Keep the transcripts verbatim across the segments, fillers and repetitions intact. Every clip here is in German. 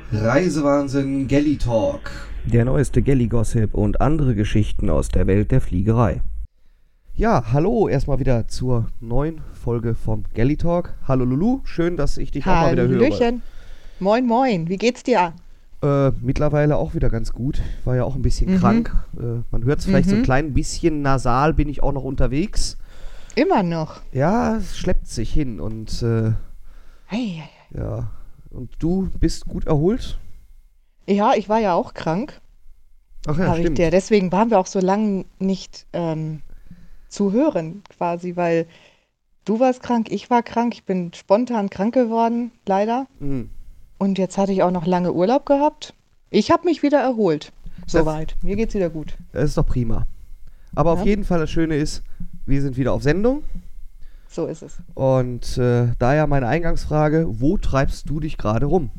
Reisewahnsinn Galley Talk. Der neueste Galley-Gossip und andere Geschichten aus der Welt der Fliegerei. Ja, hallo erstmal wieder zur neuen Folge vom Galley Talk. Hallo Lulu, schön, dass ich dich auch mal wieder höre. Hallöchen. Moin, moin. Wie geht's dir? Äh, mittlerweile auch wieder ganz gut. Ich war ja auch ein bisschen Mhm. krank. Äh, man hört es vielleicht Mhm. so ein klein bisschen nasal, bin ich auch noch unterwegs. Immer noch. Ja, es schleppt sich hin und äh, Hey. ja. Und du bist gut erholt? Ja, ich war ja auch krank. Ach ja, Hab ich stimmt. dir. Deswegen waren wir auch so lange nicht ähm, zu hören, quasi, weil du warst krank, ich war krank, ich bin spontan krank geworden, leider. Mhm. Und jetzt hatte ich auch noch lange Urlaub gehabt. Ich habe mich wieder erholt. Das- Soweit. Mir geht's wieder gut. Das ist doch prima. Aber auf Ja. jeden Fall das Schöne ist, wir sind wieder auf Sendung. So ist es. Und äh, daher meine Eingangsfrage, wo treibst du dich gerade rum?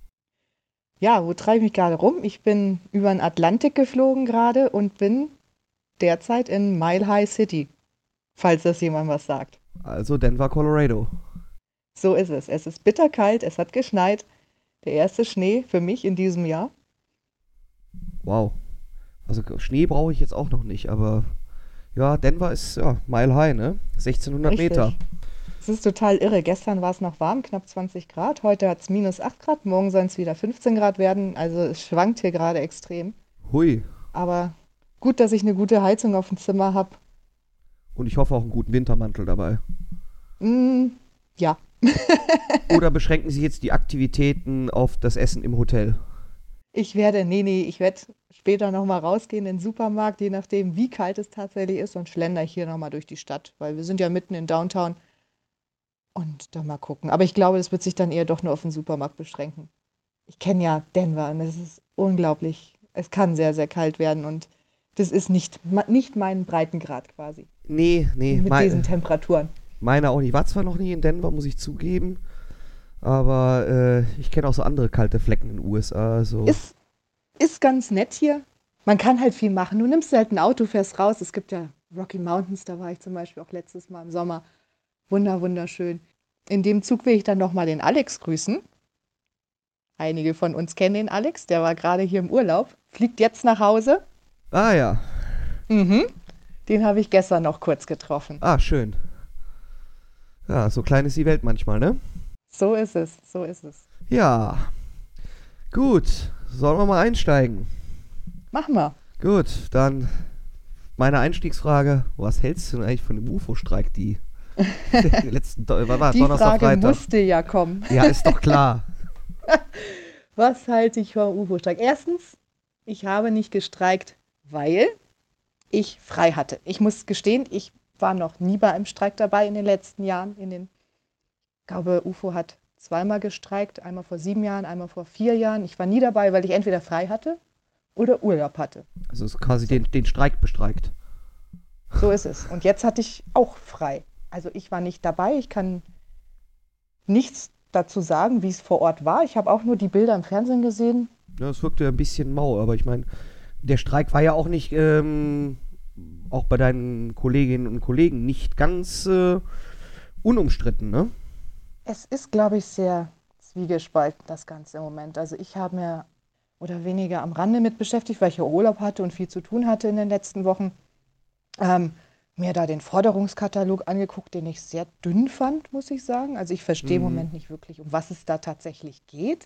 Ja, wo treibe ich mich gerade rum? Ich bin über den Atlantik geflogen gerade und bin derzeit in Mile High City, falls das jemand was sagt. Also Denver, Colorado. So ist es. Es ist bitterkalt, es hat geschneit. Der erste Schnee für mich in diesem Jahr. Wow. Also Schnee brauche ich jetzt auch noch nicht, aber ja, Denver ist ja Mile High, ne? sechzehnhundert Richtig. Meter. Es ist total irre. Gestern war es noch warm, knapp zwanzig Grad. Heute hat es minus acht Grad. Morgen sollen es wieder fünfzehn Grad werden. Also es schwankt hier gerade extrem. Hui. Aber gut, dass ich eine gute Heizung auf dem Zimmer habe. Und ich hoffe auch einen guten Wintermantel dabei. Mm, ja. Oder beschränken Sie jetzt die Aktivitäten auf das Essen im Hotel? Ich werde, nee, nee, ich werde später nochmal rausgehen in den Supermarkt, je nachdem, wie kalt es tatsächlich ist, und schlender ich hier nochmal durch die Stadt, weil wir sind ja mitten in Downtown. Und dann mal gucken. Aber ich glaube, das wird sich dann eher doch nur auf den Supermarkt beschränken. Ich kenne ja Denver und es ist unglaublich. Es kann sehr, sehr kalt werden und das ist nicht, ma- nicht mein Breitengrad quasi. Nee, nee, Mit mei- diesen Temperaturen. meine auch nicht. War zwar noch nie in Denver, muss ich zugeben, aber äh, ich kenne auch so andere kalte Flecken in den U S A. So. Ist, ist ganz nett hier. Man kann halt viel machen. Du nimmst halt ein Auto, fährst raus. Es gibt ja Rocky Mountains, da war ich zum Beispiel auch letztes Mal im Sommer. Wunder, wunderschön. In dem Zug will ich dann nochmal den Alex grüßen. Einige von uns kennen den Alex, der war gerade hier im Urlaub, fliegt jetzt nach Hause. Ah ja, Mhm. Den habe ich gestern noch kurz getroffen. ah schön. Ja, so klein ist die Welt manchmal, ne? So ist es, so ist es. Ja, gut. Sollen wir mal einsteigen? Mach mal. Gut, dann meine Einstiegsfrage. Was hältst du denn eigentlich von dem U F O-Streik, die letzten Do was war, Die Donnerstag, Frage Freitag? musste ja kommen. Ja, ist doch klar. Was halte ich vom U F O-Streik? Erstens, ich habe nicht gestreikt, weil ich frei hatte. Ich muss gestehen, ich war noch nie bei einem Streik dabei in den letzten Jahren. In den, ich glaube, U F O hat zweimal gestreikt, einmal vor sieben Jahren, einmal vor vier Jahren. Ich war nie dabei, weil ich entweder frei hatte oder Urlaub hatte. Also ist quasi den, den Streik bestreikt. So ist es. Und jetzt hatte ich auch frei. Also ich war nicht dabei. Ich kann nichts dazu sagen, wie es vor Ort war. Ich habe auch nur die Bilder im Fernsehen gesehen. Ja, es wirkte ein bisschen mau, aber ich meine, der Streik war ja auch nicht, ähm, auch bei deinen Kolleginnen und Kollegen, nicht ganz äh, unumstritten, ne? Es ist, glaube ich, sehr zwiegespalten, das Ganze im Moment. Also ich habe mir oder weniger am Rande mit beschäftigt, weil ich ja Urlaub hatte und viel zu tun hatte in den letzten Wochen. Ähm, mir da den Forderungskatalog angeguckt, den ich sehr dünn fand, muss ich sagen. Also ich verstehe im Mhm. Moment nicht wirklich, um was es da tatsächlich geht.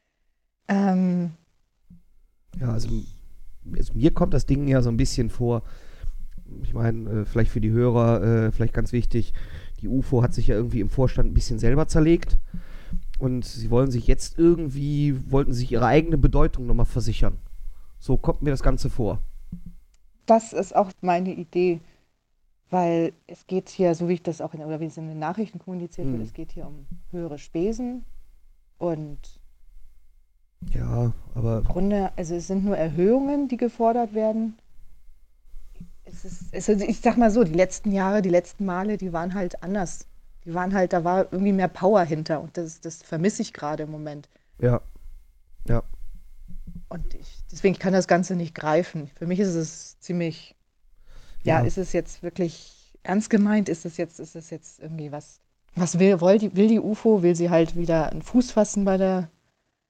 Ähm, Ja, also, also mir kommt das Ding ja so ein bisschen vor, ich meine, äh, vielleicht für die Hörer, äh, vielleicht ganz wichtig, die U F O hat sich ja irgendwie im Vorstand ein bisschen selber zerlegt und sie wollen sich jetzt irgendwie, wollten sich ihre eigene Bedeutung nochmal versichern. So kommt mir das Ganze vor. Das ist auch meine Idee, weil es geht hier, so wie ich das auch in, oder wie es in den Nachrichten kommuniziert wird, Mhm. es geht hier um höhere Spesen und Ja, aber im Grunde, also es sind nur Erhöhungen, die gefordert werden. Es ist, es ist, ich sag mal so, die letzten Jahre, die letzten Male, die waren halt anders. Die waren halt, da war irgendwie mehr Power hinter und das, das vermisse ich gerade im Moment. ja, ja. Und ich, deswegen ich kann das Ganze nicht greifen. Für mich ist es ziemlich, ja, Ja. ist es jetzt wirklich ernst gemeint? Ist es jetzt, ist es jetzt irgendwie was, was will, will die, will die U F O? Will sie halt wieder einen Fuß fassen bei der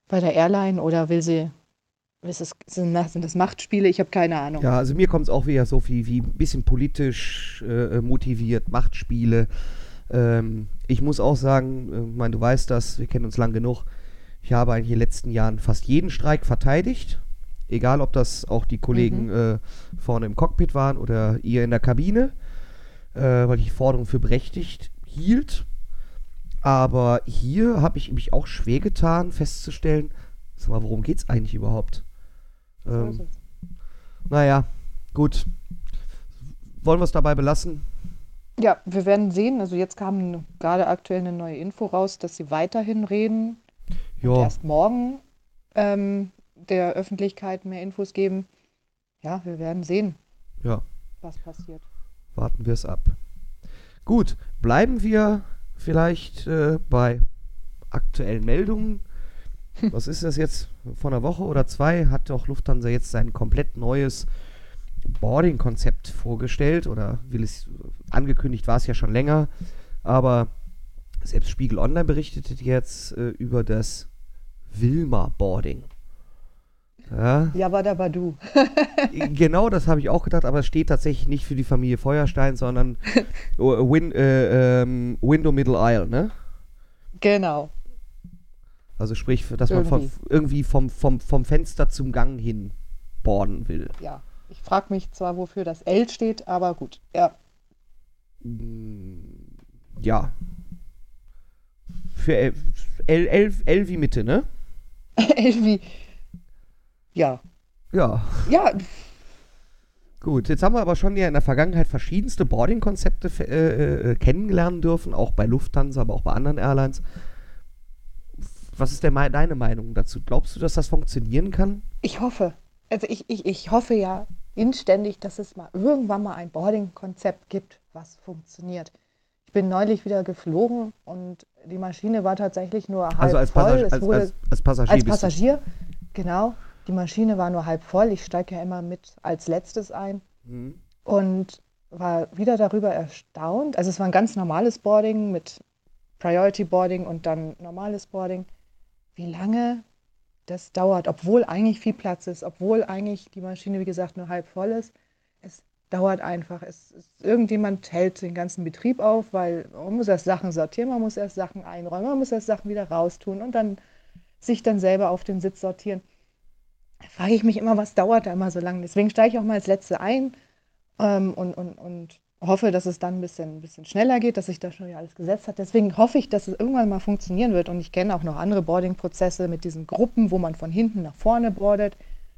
bei der Airline oder will sie, ist es, sind das sind das Machtspiele? Ich habe keine Ahnung. Ja, also mir kommt es auch wieder so wie, wie ein bisschen politisch äh, motiviert, Machtspiele. Ähm, ich muss auch sagen, äh, ich meine, du weißt das, wir kennen uns lang genug. Ich habe eigentlich in den letzten Jahren fast jeden Streik verteidigt. Egal, ob das auch die Kollegen Mhm. äh, vorne im Cockpit waren oder ihr in der Kabine, äh, weil ich die Forderung für berechtigt hielt. Aber hier habe ich mich auch schwer getan, festzustellen, sag mal, worum geht es eigentlich überhaupt? So ist Ähm, es. naja, gut. Wollen wir es dabei belassen? Ja, wir werden sehen. Also jetzt kam gerade aktuell eine neue Info raus, dass sie weiterhin reden und Ja, erst morgen ähm, der Öffentlichkeit mehr Infos geben. Ja, wir werden sehen, ja, was passiert. warten wir es ab. Gut, bleiben wir vielleicht äh, bei aktuellen Meldungen. Was ist das jetzt? Vor einer Woche oder zwei hat doch Lufthansa jetzt sein komplett neues Boarding-Konzept vorgestellt oder will es angekündigt, war es ja schon länger, aber selbst Spiegel Online berichtete jetzt äh, über das Wilma-Boarding. Ja, Jabadabadu. genau das habe ich auch gedacht, aber es steht tatsächlich nicht für die Familie Feuerstein, sondern oh, Win, äh, ähm, Window Middle Isle, ne? Genau, Also sprich, dass man von, irgendwie. irgendwie vom, vom, vom Fenster zum Gang hin boarden will. Ja. Ich frage mich zwar, wofür das L steht, aber gut. Ja, Mm, Ja, für L, L, L, L wie Mitte, ne? irgendwie. Ja. Ja, Ja, gut. Jetzt haben wir aber schon ja in der Vergangenheit verschiedenste Boarding-Konzepte äh, äh, kennenlernen dürfen, auch bei Lufthansa, aber auch bei anderen Airlines. Was ist denn mei- deine Meinung dazu? Glaubst du, dass das funktionieren kann? ich hoffe. Also ich, ich, ich hoffe ja inständig, dass es mal irgendwann mal ein Boarding-Konzept gibt, was funktioniert. Ich bin neulich wieder geflogen und die Maschine war tatsächlich nur Also halb als, voll. Passag Es als, wurde als, als Passagier als bist du. Passagier, genau, die Maschine war nur halb voll. Ich steige ja immer mit als letztes ein Mhm. und war wieder darüber erstaunt. Also es war ein ganz normales Boarding mit Priority Boarding und dann normales Boarding. Wie lange das dauert, obwohl eigentlich viel Platz ist, obwohl eigentlich die Maschine, wie gesagt, nur halb voll ist. Es dauert einfach. Es, es, irgendjemand hält den ganzen Betrieb auf, weil man muss erst Sachen sortieren, man muss erst Sachen einräumen, man muss erst Sachen wieder raustun und dann sich dann selber auf den Sitz sortieren. Da frage ich mich immer, was dauert da immer so lange? Deswegen steige ich auch mal als Letzte ein ähm, und, und, und hoffe, dass es dann ein bisschen, ein bisschen schneller geht, dass sich da schon wieder alles gesetzt hat. Deswegen hoffe ich, dass es irgendwann mal funktionieren wird. Und ich kenne auch noch andere Boarding-Prozesse mit diesen Gruppen, wo man von hinten nach vorne boardet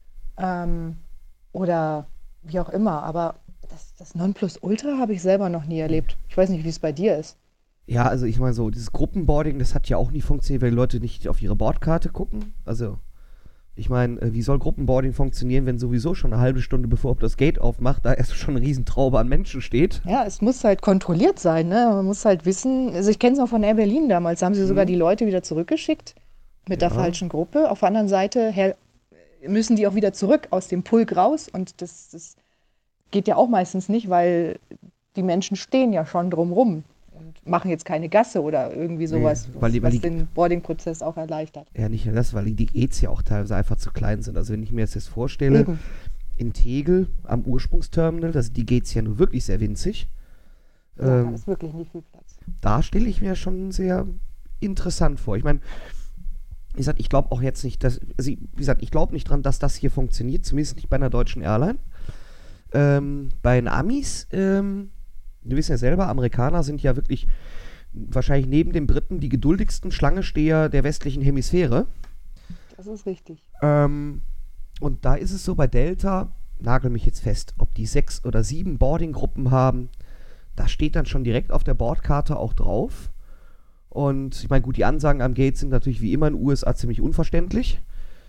ähm, oder wie auch immer. Aber das, das Nonplusultra habe ich selber noch nie erlebt. Ich weiß nicht, wie es bei dir ist. Ja, also ich meine so, dieses Gruppenboarding, das hat ja auch nie funktioniert, weil die Leute nicht auf ihre Bordkarte gucken. Also ich meine, äh, wie soll Gruppenboarding funktionieren, wenn sowieso schon eine halbe Stunde bevor das Gate aufmacht, da erst schon eine Riesentraube an Menschen steht? Ja, es muss halt kontrolliert sein, ne? Man muss halt wissen, also ich kenne es noch von Air Berlin damals, da haben sie sogar Hm? die Leute wieder zurückgeschickt mit der Ja, falschen Gruppe. Auf der anderen Seite her, müssen die auch wieder zurück aus dem Pulk raus und das, das geht ja auch meistens nicht, weil die Menschen stehen ja schon drumrum und machen jetzt keine Gasse oder irgendwie nee, sowas, weil was, die, weil was die, den Boarding-Prozess auch erleichtert. ja nicht nur das, weil die, die Gates ja auch teilweise einfach zu klein sind. Also wenn ich mir das jetzt vorstelle, Eben. in Tegel am Ursprungsterminal, da sind die Gates ja nur wirklich sehr winzig. Ja, da Ähm, ist wirklich nicht viel Platz. Da stelle ich mir schon sehr interessant vor. Ich meine, wie gesagt, ich glaube auch jetzt nicht, dass, also, wie gesagt, ich glaube nicht dran, dass das hier funktioniert, zumindest nicht bei einer deutschen Airline. Ähm, bei den Amis, ähm, du wissen ja selber, Amerikaner sind ja wirklich wahrscheinlich neben den Briten die geduldigsten Schlangensteher der westlichen Hemisphäre. Das ist richtig. Ähm, und da ist es so bei Delta, nagel mich jetzt fest, ob die sechs oder sieben Boardinggruppen haben, da steht dann schon direkt auf der Bordkarte auch drauf. Und ich meine, gut, die Ansagen am Gate sind natürlich wie immer in den U S A ziemlich unverständlich.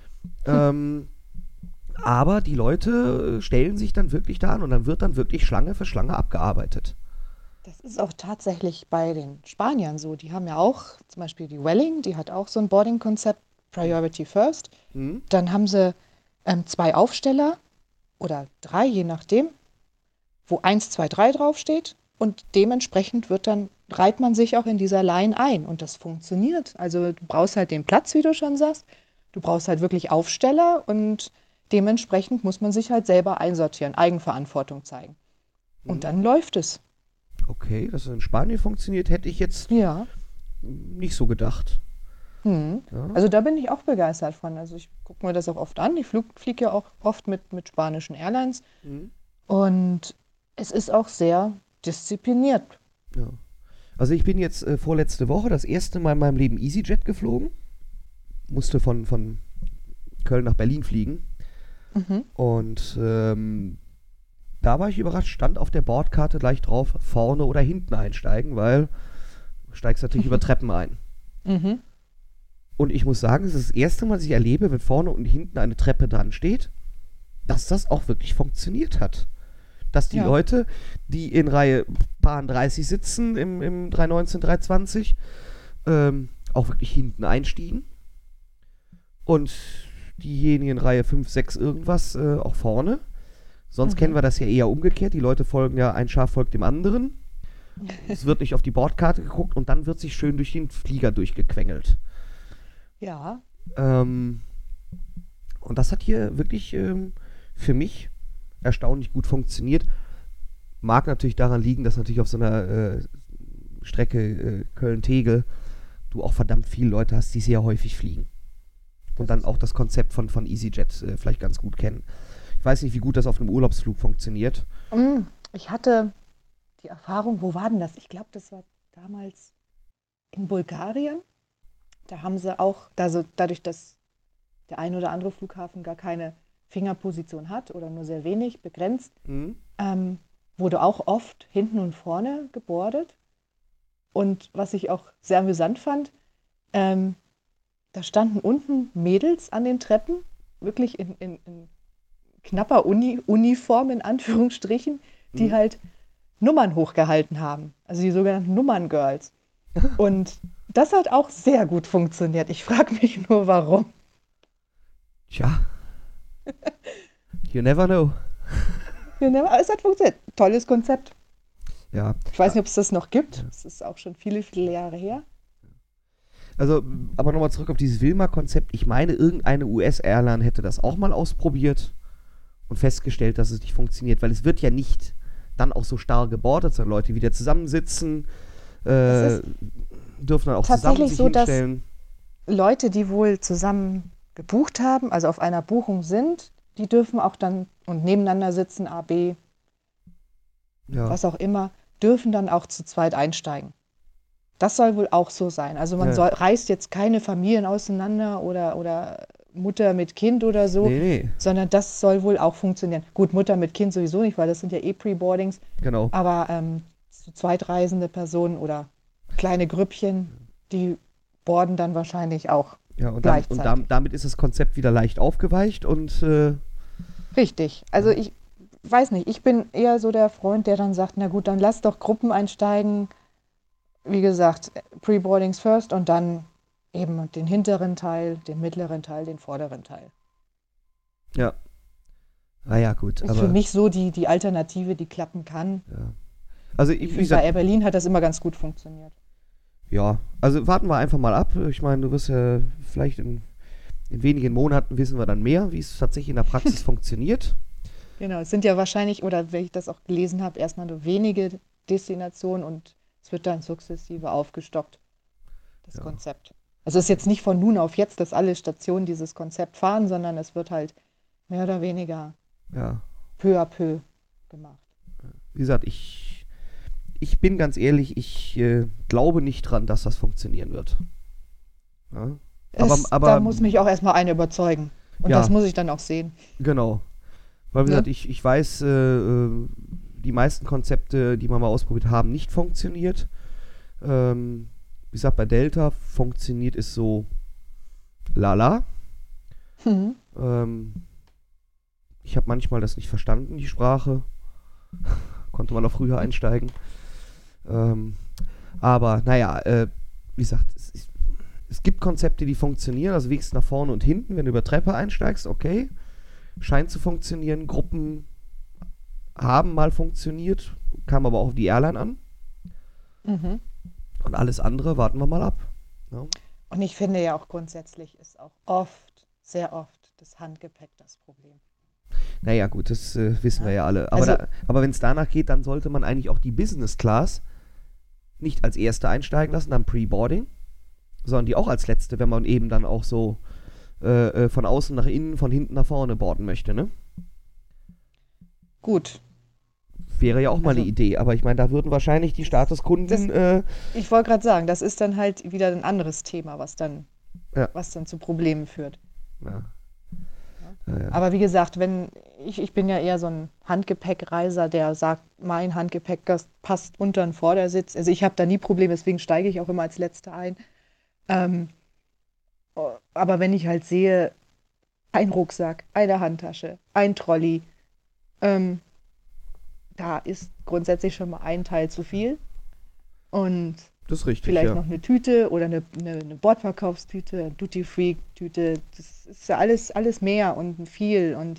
Ähm, aber die Leute stellen sich dann wirklich da an und dann wird dann wirklich Schlange für Schlange abgearbeitet. Das ist auch tatsächlich bei den Spaniern so. Die haben ja auch, zum Beispiel die Welling, die hat auch so ein Boarding-Konzept, Priority First. Hm? Dann haben sie ähm, zwei Aufsteller oder drei, je nachdem, wo eins, zwei, drei draufsteht. Und dementsprechend wird dann, reiht man sich auch in dieser Line ein. Und das funktioniert. Also du brauchst halt den Platz, wie du schon sagst. Du brauchst halt wirklich Aufsteller und dementsprechend muss man sich halt selber einsortieren, Eigenverantwortung zeigen. Und Mhm. dann läuft es. Okay, dass es in Spanien funktioniert, hätte ich jetzt Ja. nicht so gedacht. Hm. Ja. Also da bin ich auch begeistert von. Also ich gucke mir das auch oft an. Ich fliege ja auch oft mit, mit spanischen Airlines. Mhm. Und es ist auch sehr diszipliniert. Ja. Also ich bin jetzt äh, vorletzte Woche das erste Mal in meinem Leben EasyJet geflogen. Musste von, von Köln nach Berlin fliegen. Mhm. Und ähm, da war ich überrascht, stand auf der Bordkarte gleich drauf, vorne oder hinten einsteigen, weil du steigst natürlich über Treppen ein. Mhm. Und ich muss sagen, es ist das erste Mal, dass ich erlebe, wenn vorne und hinten eine Treppe dran steht, dass das auch wirklich funktioniert hat. Dass die Ja. Leute, die in Reihe Bahn dreißig sitzen im, im drei neunzehn, drei zwanzig, ähm, auch wirklich hinten einstiegen. Und diejenigen in Reihe fünf, sechs irgendwas äh, auch vorne. Sonst Mhm. kennen wir das ja eher umgekehrt. Die Leute folgen ja, ein Schaf folgt dem anderen. Es wird nicht auf die Bordkarte geguckt und dann wird sich schön durch den Flieger durchgequengelt. Ja. Ähm, und das hat hier wirklich ähm, für mich erstaunlich gut funktioniert. Mag natürlich daran liegen, dass natürlich auf so einer äh, Strecke äh, Köln-Tegel du auch verdammt viele Leute hast, die sehr häufig fliegen. Und Das dann ist auch das Konzept von, von EasyJet äh, vielleicht ganz gut kennen. Ich weiß nicht, wie gut das auf einem Urlaubsflug funktioniert. Mm, Ich hatte die Erfahrung, wo war denn das? Ich glaube, das war damals in Bulgarien. Da haben sie auch, also dadurch, dass der ein oder andere Flughafen gar keine Fingerposition hat oder nur sehr wenig, begrenzt, Mhm. ähm, wurde auch oft hinten und vorne gebordet. Und was ich auch sehr amüsant fand, ähm, da standen unten Mädels an den Treppen, wirklich in, in, in knapper Uni, Uniform in Anführungsstrichen, die Mhm. halt Nummern hochgehalten haben. Also die sogenannten Nummern-Girls. Und das hat auch sehr gut funktioniert. Ich frage mich nur, warum. Tja, you never know. Aber es hat funktioniert. Tolles Konzept. Ja, Ich weiß nicht, ob es das noch gibt. Es ist auch schon viele, viele Jahre her. also, aber nochmal zurück auf dieses Wilma-Konzept. Ich meine, irgendeine U S-Airline hätte das auch mal ausprobiert und festgestellt, dass es nicht funktioniert, weil es wird ja nicht dann auch so starr gebordet, sondern Leute wieder zusammensitzen, äh, Es dürfen dann auch zusammen tatsächlich sich so, dass hinstellen. Leute, die wohl zusammen gebucht haben, also auf einer Buchung sind, die dürfen auch dann und nebeneinander sitzen, A, B, Ja, was auch immer, dürfen dann auch zu zweit einsteigen. Das soll wohl auch so sein. Also man ja. soll, reißt jetzt keine Familien auseinander oder, oder Mutter mit Kind oder so, Nee, nee, sondern das soll wohl auch funktionieren. Gut, Mutter mit Kind sowieso nicht, weil das sind ja eh Pre-Boardings, genau. aber ähm, zu zweitreisende Personen oder kleine Grüppchen, die boarden dann wahrscheinlich auch Ja, und, dann, und dam- gleichzeitig. damit ist das Konzept wieder leicht aufgeweicht und äh, Richtig. Also ich weiß nicht, ich bin eher so der Freund, der dann sagt, na gut, dann lass doch Gruppen einsteigen. Wie gesagt, Pre-Boardings first und dann eben den hinteren Teil, den mittleren Teil, den vorderen Teil. ja, naja, gut, Ist für aber mich so die, die Alternative, die klappen kann. ja. Also, Ich ich- wie finde, bei gesagt, Air Berlin hat das immer ganz gut funktioniert. ja, also warten wir einfach mal ab. Ich meine, du wirst ja vielleicht in, in wenigen Monaten wissen wir dann mehr, wie es tatsächlich in der Praxis funktioniert. Genau, es sind ja wahrscheinlich, oder wenn ich das auch gelesen habe, erstmal nur wenige Destinationen und es wird dann sukzessive aufgestockt, das Ja. Konzept. Also es ist jetzt nicht von nun auf jetzt, dass alle Stationen dieses Konzept fahren, sondern es wird halt mehr oder weniger Ja, peu à peu gemacht. wie gesagt, ich, ich bin ganz ehrlich, ich äh, glaube nicht dran, dass das funktionieren wird. Ja? Aber, Es, aber da muss mich auch erstmal eine überzeugen. Und Ja. das muss ich dann auch sehen. genau. Weil, wie Ne? gesagt, ich, ich weiß, äh, äh, die meisten Konzepte, die wir mal ausprobiert haben, nicht funktioniert. Ähm, wie gesagt, bei Delta funktioniert es so lala. Mhm. Ähm, ich habe manchmal das nicht verstanden, die Sprache. Konnte man auch früher einsteigen. Ähm, aber naja, äh, wie gesagt, es, ist, es gibt Konzepte, die funktionieren, also wenigstens nach vorne und hinten, wenn du über Treppe einsteigst, okay. Scheint zu funktionieren. Gruppen haben mal funktioniert, kam aber auch auf die Airline an. Mhm. Und alles andere warten wir mal ab. Ja, Und ich finde ja auch grundsätzlich ist auch oft sehr oft das Handgepäck das Problem. Naja, gut, das äh, wissen Ja. wir ja alle. Aber, Also- da, aber wenn es danach geht, dann sollte man eigentlich auch die Business Class nicht als erste einsteigen lassen, dann Pre-Boarding, sondern die auch als letzte, wenn man eben dann auch so äh, äh, von außen nach innen, von hinten nach vorne boarden möchte, ne? Gut, Wäre ja auch mal Also- eine Idee, aber ich meine, da würden wahrscheinlich die Statuskunden, äh, ich wollte gerade sagen, das ist dann halt wieder ein anderes Thema, was dann, Ja. was dann zu Problemen führt. ja. Ja, ja. Aber wie gesagt, wenn ich, ich bin ja eher so ein Handgepäckreiser, der sagt, mein Handgepäck das passt unter den Vordersitz. Also ich habe da nie Probleme, deswegen steige ich auch immer als Letzte ein. Ähm, oh, aber wenn ich halt sehe, ein Rucksack, eine Handtasche, ein Trolley, ähm, da ist grundsätzlich schon mal ein Teil zu viel. Und Das ist richtig, vielleicht ja. noch eine Tüte oder eine, eine, eine Bordverkaufstüte, eine Duty-Free-Tüte. Das ist ja alles, alles mehr und viel. Und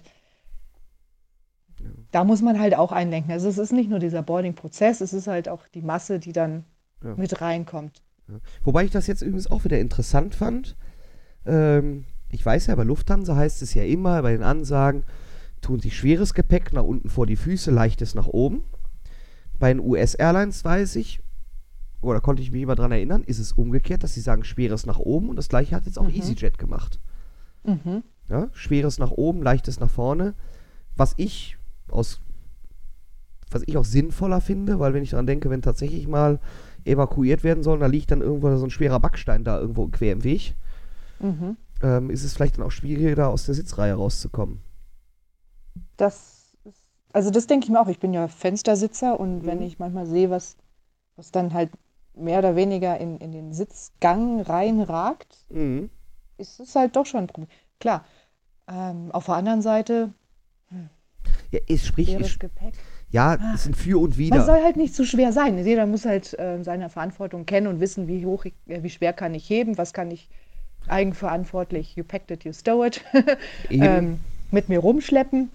Ja. da muss man halt auch einlenken. Also es ist nicht nur dieser Boarding-Prozess, es ist halt auch die Masse, die dann Ja. mit reinkommt. Ja. Wobei ich das jetzt übrigens auch wieder interessant fand. Ähm, ich weiß ja, bei Lufthansa heißt es ja immer, bei den Ansagen, tun sich schweres Gepäck nach unten vor die Füße, leichtes nach oben. Bei den U S-Airlines weiß ich, oder konnte ich mich immer dran erinnern, ist es umgekehrt, dass sie sagen, schweres nach oben, und das gleiche hat jetzt auch Mhm. EasyJet gemacht. Mhm. Ja? Schweres nach oben, leichtes nach vorne. Was ich aus was ich auch sinnvoller finde, weil wenn ich daran denke, wenn tatsächlich mal evakuiert werden soll, da liegt dann irgendwo so ein schwerer Backstein da irgendwo quer im Weg, Mhm. ähm, ist es vielleicht dann auch schwieriger, da aus der Sitzreihe rauszukommen. Das ist, also das denke ich mir auch. Ich bin ja Fenstersitzer und wenn Mhm. ich manchmal sehe, was, was dann halt mehr oder weniger in, in den Sitzgang reinragt, Mhm. ist es halt doch schon ein Problem. Klar, ähm, auf der anderen Seite, Ja, es sprich, schweres ich, Gepäck. ja, es sind für und Man wieder. soll halt nicht zu schwer sein. Jeder muss halt äh, seine Verantwortung kennen und wissen, wie hoch ich, äh, wie schwer kann ich heben, was kann ich eigenverantwortlich, you packed it, you stow it, Eben. ähm, mit mir rumschleppen.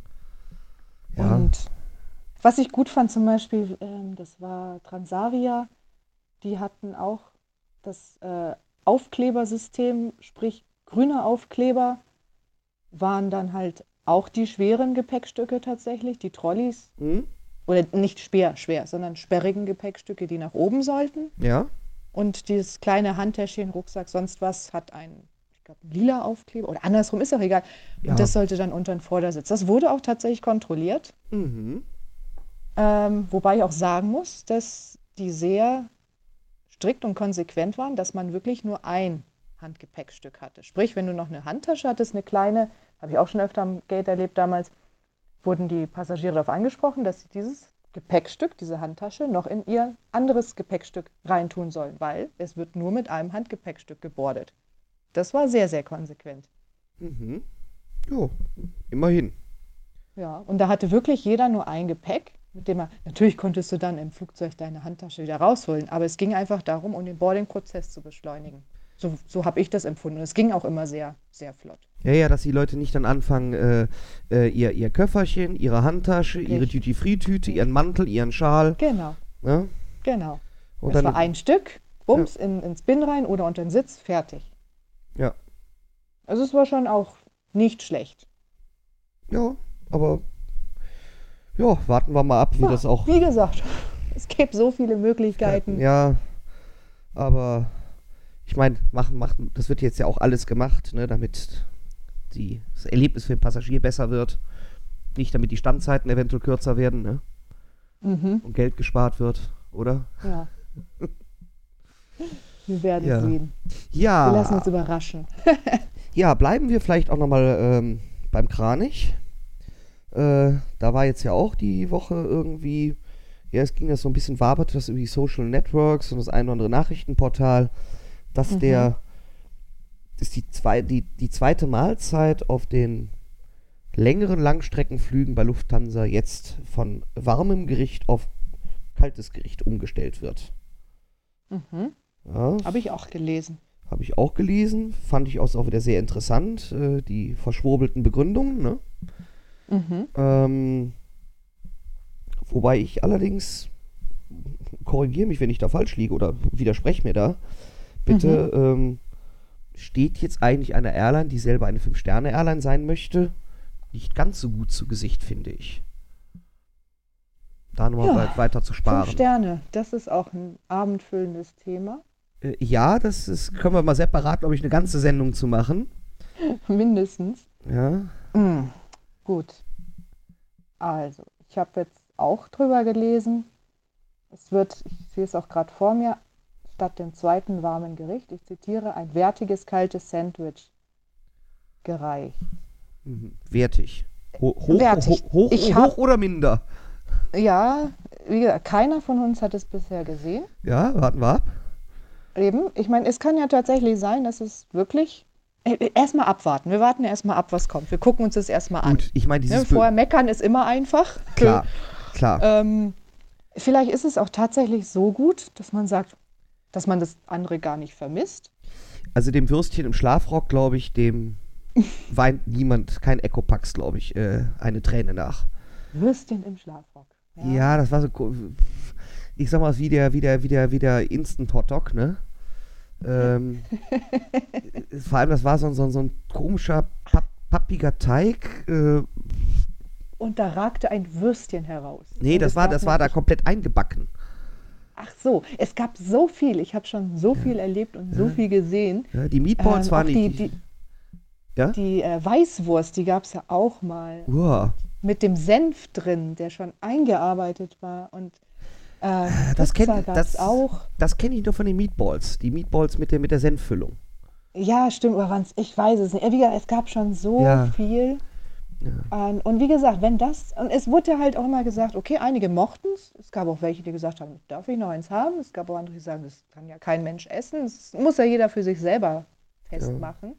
Ja. Und was ich gut fand zum Beispiel, ähm, das war Transavia, die hatten auch das äh, Aufklebersystem, sprich grüne Aufkleber, waren dann halt auch die schweren Gepäckstücke tatsächlich, die Trolleys, Mhm. oder nicht schwer, schwer, sondern sperrigen Gepäckstücke, die nach oben sollten. Ja. Und dieses kleine Handtäschchen, Rucksack, sonst was, hat einen, ich glaube, lila Aufkleber oder andersrum, ist auch egal. Und Ja. das sollte dann unter den Vordersitz. Das wurde auch tatsächlich kontrolliert. Mhm. Ähm, wobei ich auch sagen muss, dass die sehr strikt und konsequent waren, dass man wirklich nur ein Handgepäckstück hatte. Sprich, wenn du noch eine Handtasche hattest, eine kleine, habe ich auch schon öfter am Gate erlebt damals, wurden die Passagiere darauf angesprochen, dass sie dieses Gepäckstück, diese Handtasche, noch in ihr anderes Gepäckstück reintun sollen, weil es wird nur mit einem Handgepäckstück gebordet. Das war sehr, sehr konsequent. Mhm. Jo, immerhin. Ja, und da hatte wirklich jeder nur ein Gepäck, mit dem er, natürlich konntest du dann im Flugzeug deine Handtasche wieder rausholen, aber es ging einfach darum, um den Boarding-Prozess zu beschleunigen. So, so habe ich das empfunden. Es ging auch immer sehr, sehr flott. Ja, ja, dass die Leute nicht dann anfangen, äh, äh, ihr, ihr Köfferchen, ihre Handtasche, ihre Richtig. Duty-Free-Tüte, ihren Mantel, ihren Schal. Genau, Ne? genau. Und Es dann, war ein Stück, bums, in, ins Bin rein oder unter den Sitz, fertig. Ja. Also es war schon auch nicht schlecht. Ja, aber ja, warten wir mal ab, wie Ja, das auch. Wie gesagt, es gibt so viele Möglichkeiten. Ja, aber ich meine, machen, machen, das wird jetzt ja auch alles gemacht, ne, damit die, das Erlebnis für den Passagier besser wird. Nicht damit die Standzeiten eventuell kürzer werden, ne? Mhm, Und Geld gespart wird, oder? ja. Wir werden Ja. sehen. Ja. Wir lassen uns überraschen. Ja, bleiben wir vielleicht auch nochmal ähm, beim Kranich. Äh, da war jetzt ja auch die Woche irgendwie, ja, es ging das so ein bisschen, waberte das über die Social Networks und das ein oder andere Nachrichtenportal, dass Mhm. der, dass die, zwei, die, die zweite Mahlzeit auf den längeren Langstreckenflügen bei Lufthansa jetzt von warmem Gericht auf kaltes Gericht umgestellt wird. Mhm. Ja, Habe ich auch gelesen. habe ich auch gelesen, fand ich auch wieder sehr interessant, äh, die verschwurbelten Begründungen, ne? Mhm. Ähm, wobei ich allerdings, korrigiere mich, wenn ich da falsch liege oder widerspreche mir da, bitte, ähm, steht jetzt eigentlich einer Airline, die selber eine Fünf-Sterne-Airline sein möchte, nicht ganz so gut zu Gesicht, finde ich. Da nochmal Ja, weit weiter zu fünf sparen. Sterne, das ist auch ein abendfüllendes Thema. Äh, ja, das ist, können wir mal separat, glaube ich, eine ganze Sendung zu machen. Mindestens. Ja. Mm, gut. Also, ich habe jetzt auch drüber gelesen. Es wird, ich sehe es auch gerade vor mir, statt dem zweiten warmen Gericht, ich zitiere, ein wertiges kaltes Sandwich gereicht. Mhm. Wertig. Ho hoch, Wertig. Ho hoch, Ich hoch hab- oder minder? Ja, wie gesagt, keiner von uns hat es bisher gesehen. Ja, warten wir ab. Eben, ich meine, es kann ja tatsächlich sein, dass es wirklich. Erstmal abwarten. Wir warten erstmal ab, was kommt. Wir gucken uns das erstmal an. Gut, ich meine, dieses... Ne, vorher meckern ist immer einfach. Klar, klar. Ähm, vielleicht ist es auch tatsächlich so gut, dass man sagt, dass man das andere gar nicht vermisst. Also dem Würstchen im Schlafrock, glaube ich, dem weint niemand, kein Ecopax, glaube ich, äh, eine Träne nach. Würstchen im Schlafrock. Ja, das war so, ko- ich sag mal, wie der, wie der, wie der, wie der Instant Hotdog, ne? Ähm, vor allem, das war so, ein- so, ein- so ein komischer, papp, pappiger Teig. Äh, Und da ragte ein Würstchen heraus. nee, Und das es war, gab das war da natürlich- komplett eingebacken. Ach so, es gab so viel. Ich habe schon so viel erlebt und so viel gesehen. Ja, die Meatballs Ähm, waren auch nicht... die, die, ja? die äh, Weißwurst, die gab es ja auch mal. Uah. Mit dem Senf drin, der schon eingearbeitet war. Und äh, Das Pizza kenn- gab das- es auch. Das kenne ich nur von den Meatballs. Die Meatballs mit der, mit der Senffüllung. Ja, stimmt, aber waren's, ich weiß es nicht. Wie gesagt, es gab schon so Ja. viel. Ähm, und wie gesagt, wenn das, und es wurde ja halt auch immer gesagt, okay, einige mochten es. Es gab auch welche, die gesagt haben, darf ich noch eins haben? Es gab auch andere, die sagen, das kann ja kein Mensch essen. Das muss ja jeder für sich selber festmachen.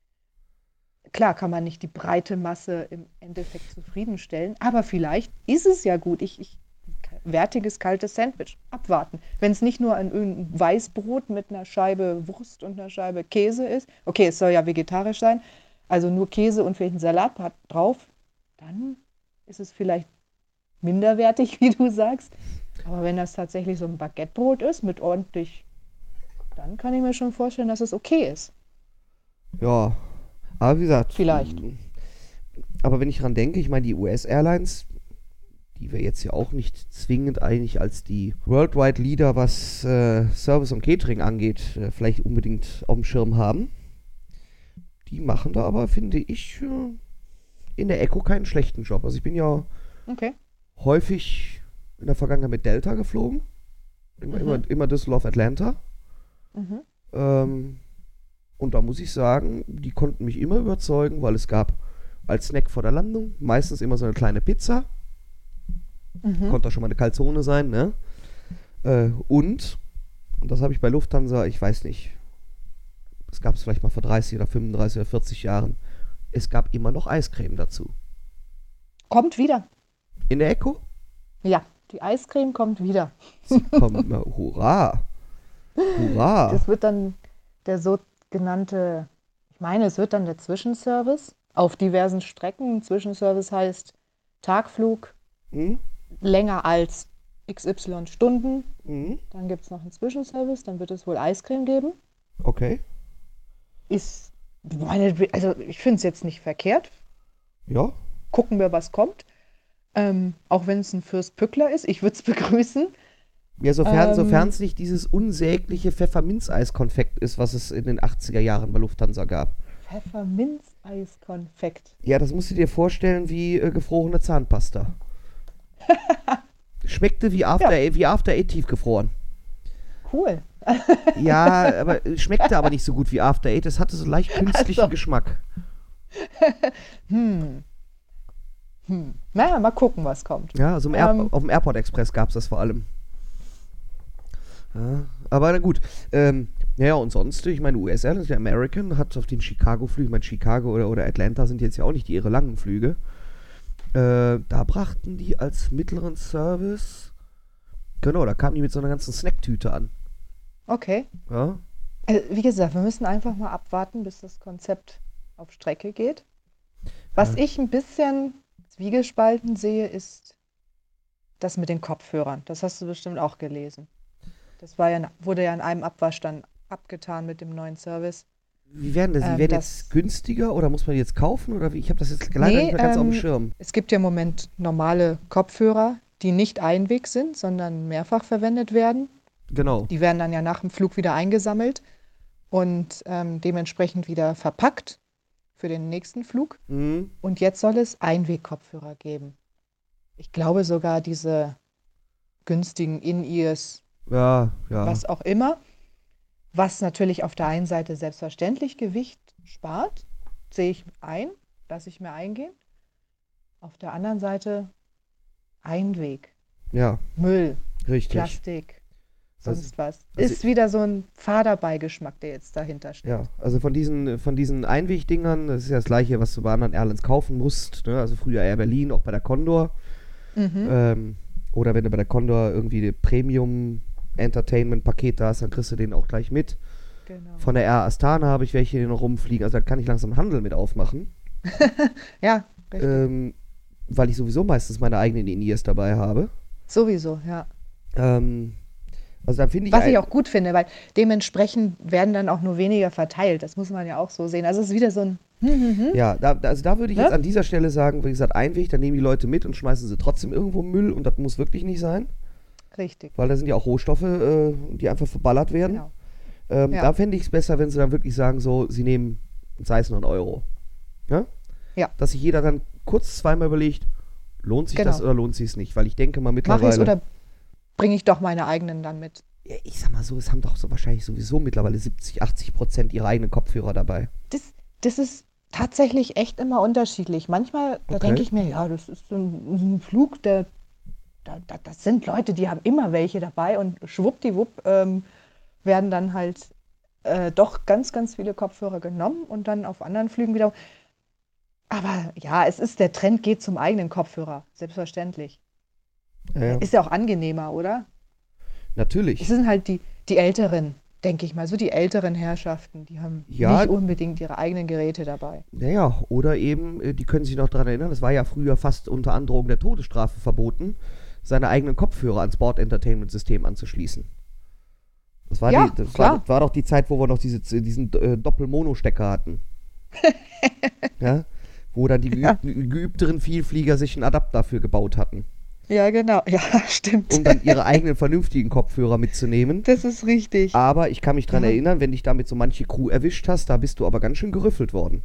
Klar kann man nicht die breite Masse im Endeffekt zufriedenstellen, aber vielleicht ist es ja gut. Ich, ich wertiges, kaltes Sandwich. Abwarten. Wenn es nicht nur ein, ein Weißbrot mit einer Scheibe Wurst und einer Scheibe Käse ist, okay, es soll ja vegetarisch sein, also nur Käse und vielleicht ein Salat drauf, dann ist es vielleicht minderwertig, wie du sagst. Aber wenn das tatsächlich so ein Baguettebrot ist, mit ordentlich, dann kann ich mir schon vorstellen, dass es okay ist. Ja, aber wie gesagt. Vielleicht. m- Aber wenn ich dran denke, ich meine, die U S-Airlines, die wir jetzt ja auch nicht zwingend eigentlich als die Worldwide Leader, was äh, Service und Catering angeht, äh, vielleicht unbedingt auf dem Schirm haben, die machen da aber, finde ich, äh, in der Echo keinen schlechten Job. Also ich bin ja Okay. häufig in der Vergangenheit mit Delta geflogen. Immer, Mhm. immer, immer Düsseldorf, Atlanta. Mhm. Ähm, und da muss ich sagen, die konnten mich immer überzeugen, weil es gab als Snack vor der Landung meistens immer so eine kleine Pizza. Mhm. Konnte auch schon mal eine Calzone sein, ne? Äh, und, und das habe ich bei Lufthansa, ich weiß nicht, das gab es vielleicht mal vor dreißig oder fünfunddreißig oder vierzig Jahren, es gab immer noch Eiscreme dazu. Kommt wieder. In der Echo? Ja, die Eiscreme kommt wieder. Sie kommen, na, hurra! Hurra! Das wird dann der sogenannte, ich meine, es wird dann der Zwischenservice auf diversen Strecken. Zwischenservice heißt Tagflug Hm? länger als x y Stunden. Hm? Dann gibt es noch einen Zwischenservice, dann wird es wohl Eiscreme geben. Okay. Ist, meine, also ich finde es jetzt nicht verkehrt. Ja. Gucken wir, was kommt. Ähm, auch wenn es ein Fürst Pückler ist, ich würde es begrüßen. Ja, sofern Ähm, sofern es nicht dieses unsägliche Pfefferminzeiskonfekt ist, was es in den achtziger Jahren bei Lufthansa gab. Pfefferminzeiskonfekt. Ja, das musst du dir vorstellen wie äh, gefrorene Zahnpasta. Schmeckte wie After, Eight, wie After Eight tiefgefroren. Cool. Ja, aber äh, schmeckte aber nicht so gut wie After Eight. Es hatte so leicht künstlichen Ach so. Geschmack. Hm. Hm. Naja, mal gucken, was kommt. Ja, also im Air Ähm. auf dem Airport Express gab es das vor allem. Ja, aber na gut. Ähm, naja, und sonst, ich meine, U S Airlines, der American, hat auf den Chicago-Flügen, ich meine, Chicago oder, oder Atlanta sind jetzt ja auch nicht die ihre langen Flüge. Äh, da brachten die als mittleren Service, genau, da kamen die mit so einer ganzen Snacktüte an. Okay. Ja, Also, wie gesagt, wir müssen einfach mal abwarten, bis das Konzept auf Strecke geht. Was Ja. ich ein bisschen zwiegespalten sehe, ist das mit den Kopfhörern. Das hast du bestimmt auch gelesen. Das war ja, wurde ja in einem Abwasch dann abgetan mit dem neuen Service. Wie werden das? Die Ähm, werden das, jetzt günstiger oder muss man die jetzt kaufen? Oder wie? Ich habe das jetzt leider nicht nee, mehr ganz auf dem ähm, Schirm. es gibt ja im Moment normale Kopfhörer, die nicht Einweg sind, sondern mehrfach verwendet werden. Genau. Die werden dann ja nach dem Flug wieder eingesammelt und ähm, dementsprechend wieder verpackt für den nächsten Flug. Mhm. Und jetzt soll es Einweg-Kopfhörer geben. Ich glaube sogar diese günstigen In-Ears, Ja, ja. was auch immer, was natürlich auf der einen Seite selbstverständlich Gewicht spart, sehe ich ein, lasse ich mir eingehen. Auf der anderen Seite Einweg, Ja, Müll, richtig. Plastik, Also, sonst was. also Ist wieder so ein fader Beigeschmack, der jetzt dahinter ja, steckt. also von diesen, von diesen Einwegdingern, das ist ja das gleiche, was du bei anderen Airlines kaufen musst. Ne? Also früher Air Berlin, auch bei der Condor. Mhm, Ähm, oder wenn du bei der Condor irgendwie die Premium-Entertainment-Paket da hast, dann kriegst du den auch gleich mit. genau. Von der Air Astana habe ich welche, die noch rumfliegen. Also da kann ich langsam Handel mit aufmachen. Ja, richtig. Ähm, weil ich sowieso meistens meine eigenen In-Ears dabei habe. Sowieso, ja. Ähm, also da finde ich Was ich ein, auch gut finde, weil dementsprechend werden dann auch nur weniger verteilt. Das muss man ja auch so sehen. Also es ist wieder so ein, hm, hm, hm, ja, da, da- also da würde ich jetzt ne? an dieser Stelle sagen, wie gesagt, Einweg, dann nehmen die Leute mit und schmeißen sie trotzdem irgendwo im Müll und das muss wirklich nicht sein, Richtig, weil da sind ja auch Rohstoffe, äh, die einfach verballert werden. genau. Ähm, Ja, da fände ich es besser, wenn sie dann wirklich sagen, so, sie nehmen, sei es nur einen Euro. Ja? ja, Dass sich jeder dann kurz zweimal überlegt, lohnt sich das genau. oder lohnt sich es nicht? Weil ich denke mal Mache ich es mittlerweile, oder bringe ich doch meine eigenen dann mit? ja, ich sag mal so, es haben doch so wahrscheinlich sowieso mittlerweile siebzig, achtzig Prozent ihre eigenen Kopfhörer dabei. Das, das ist tatsächlich echt immer unterschiedlich. Manchmal, da denke Okay. ich mir, ja, das ist so ein, so ein Flug, der, da, da, das sind Leute, die haben immer welche dabei und schwuppdiwupp ähm, werden dann halt äh, doch ganz, ganz viele Kopfhörer genommen und dann auf anderen Flügen wieder. Aber ja, es ist, der Trend geht zum eigenen Kopfhörer, selbstverständlich. Ja, Äh, ja. Ist ja auch angenehmer, oder? Es Natürlich. sind halt die, die Älteren, denke ich mal, so die älteren Herrschaften, die haben Ja, nicht unbedingt ihre eigenen Geräte dabei. naja, oder eben, äh, die können sich noch daran erinnern, das war ja früher fast unter Androhung der Todesstrafe verboten, seine eigenen Kopfhörer ans Bord-Entertainment-System anzuschließen. Das war, die, Ja, das war, klar. das war doch die Zeit, wo wir noch diese, diesen äh, Doppel-Mono-Stecker hatten. Ja? Wo dann die Ja, geübten, geübteren Vielflieger sich einen Adapter dafür gebaut hatten, ja, genau. Ja, stimmt. um dann ihre eigenen vernünftigen Kopfhörer mitzunehmen. Das ist richtig. Aber ich kann mich daran Ja, erinnern, wenn dich damit so manche Crew erwischt hast, da bist du aber ganz schön gerüffelt worden.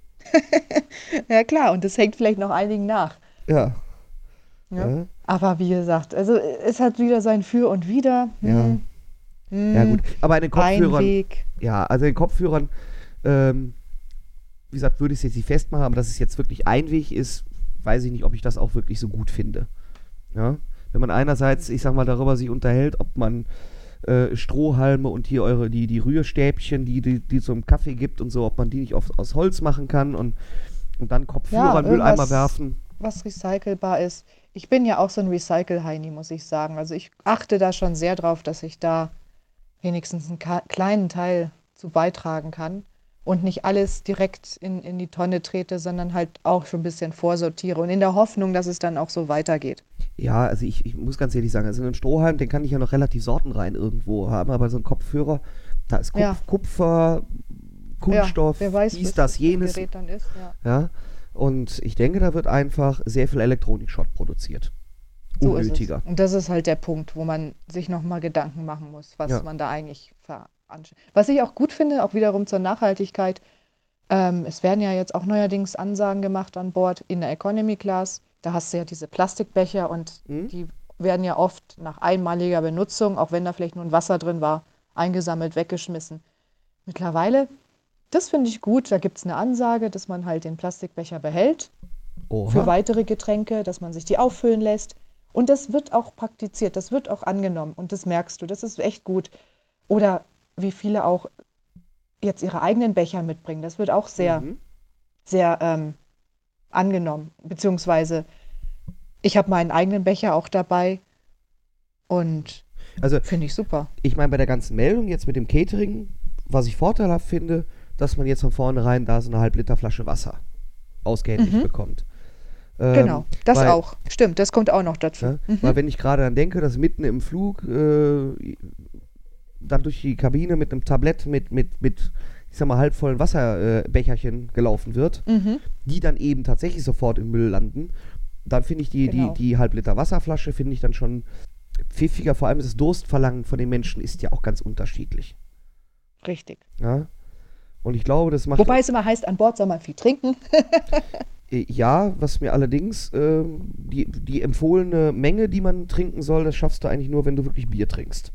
ja klar. Und das hängt vielleicht noch einigen nach. Ja, Ja. ja, Aber wie gesagt, also es hat wieder sein Für und Wider. ja. Hm, Ja, gut. hm, Aber an den Kopfhörern, Einweg. ja, also den Kopfhörern, ähm, wie gesagt, würde ich es jetzt nicht festmachen, aber dass es jetzt wirklich Einweg ist, weiß ich nicht, ob ich das auch wirklich so gut finde. Ja? Wenn man einerseits, ich sag mal, darüber sich unterhält, ob man äh, Strohhalme und hier eure, die, die Rührstäbchen, die, die, die zum Kaffee gibt und so, ob man die nicht auf, aus Holz machen kann und, und dann Kopfhörer Ja, in den Mülleimer irgendwas, werfen. was recycelbar ist. Ich bin ja auch so ein Recycle-Heini, muss ich sagen. Also ich achte da schon sehr drauf, dass ich da wenigstens einen ka- kleinen Teil zu beitragen kann und nicht alles direkt in, in die Tonne trete, sondern halt auch schon ein bisschen vorsortiere und in der Hoffnung, dass es dann auch so weitergeht. Ja, also ich, ich muss ganz ehrlich sagen, also einen Strohhalm, den kann ich ja noch relativ sortenrein irgendwo haben, aber so ein Kopfhörer, da ist Ja, Kupf, Kupfer, ja, Kunststoff, wer weiß, dies, was das, das für ein jenes, Gerät dann ist. Ja, ja. Und ich denke, da wird einfach sehr viel Elektronikschrott produziert. so ist es. Unnötiger. Und das ist halt der Punkt, wo man sich nochmal Gedanken machen muss, was Ja. man da eigentlich veranschaulicht. Was ich auch gut finde, auch wiederum zur Nachhaltigkeit, ähm, es werden ja jetzt auch neuerdings Ansagen gemacht an Bord in der Economy Class. Da hast du ja diese Plastikbecher und Hm? die werden ja oft nach einmaliger Benutzung, auch wenn da vielleicht nur ein Wasser drin war, eingesammelt, weggeschmissen. Mittlerweile, das finde ich gut, da gibt es eine Ansage, dass man halt den Plastikbecher behält für Oha. weitere Getränke, dass man sich die auffüllen lässt. Und das wird auch praktiziert, das wird auch angenommen und das merkst du, das ist echt gut. Oder wie viele auch jetzt ihre eigenen Becher mitbringen, das wird auch sehr, Mhm. sehr ähm, angenommen. Beziehungsweise ich habe meinen eigenen Becher auch dabei und Also, finde ich super. ich meine, bei der ganzen Meldung jetzt mit dem Catering, was ich vorteilhaft finde, dass man jetzt von vornherein da so eine halb Liter Flasche Wasser ausgehändigt Mhm, bekommt. Ähm, genau, das weil, auch. Stimmt, das kommt auch noch dazu. ja, Mhm, weil wenn ich gerade dann denke, dass mitten im Flug äh, dann durch die Kabine mit einem Tablett mit, mit, mit, ich sag mal, halbvollen Wasserbecherchen äh, gelaufen wird, Mhm. die dann eben tatsächlich sofort im Müll landen, dann finde ich die, Genau. die, die Halb-Liter Wasserflasche, finde ich dann schon pfiffiger. Vor allem das Durstverlangen von den Menschen ist ja auch ganz unterschiedlich. Richtig. Ja? Und ich glaube, das macht... Wobei es immer heißt, an Bord soll man viel trinken. Äh, Ja, was mir allerdings ähm, die, die empfohlene Menge, die man trinken soll, das schaffst du eigentlich nur, wenn du wirklich Bier trinkst.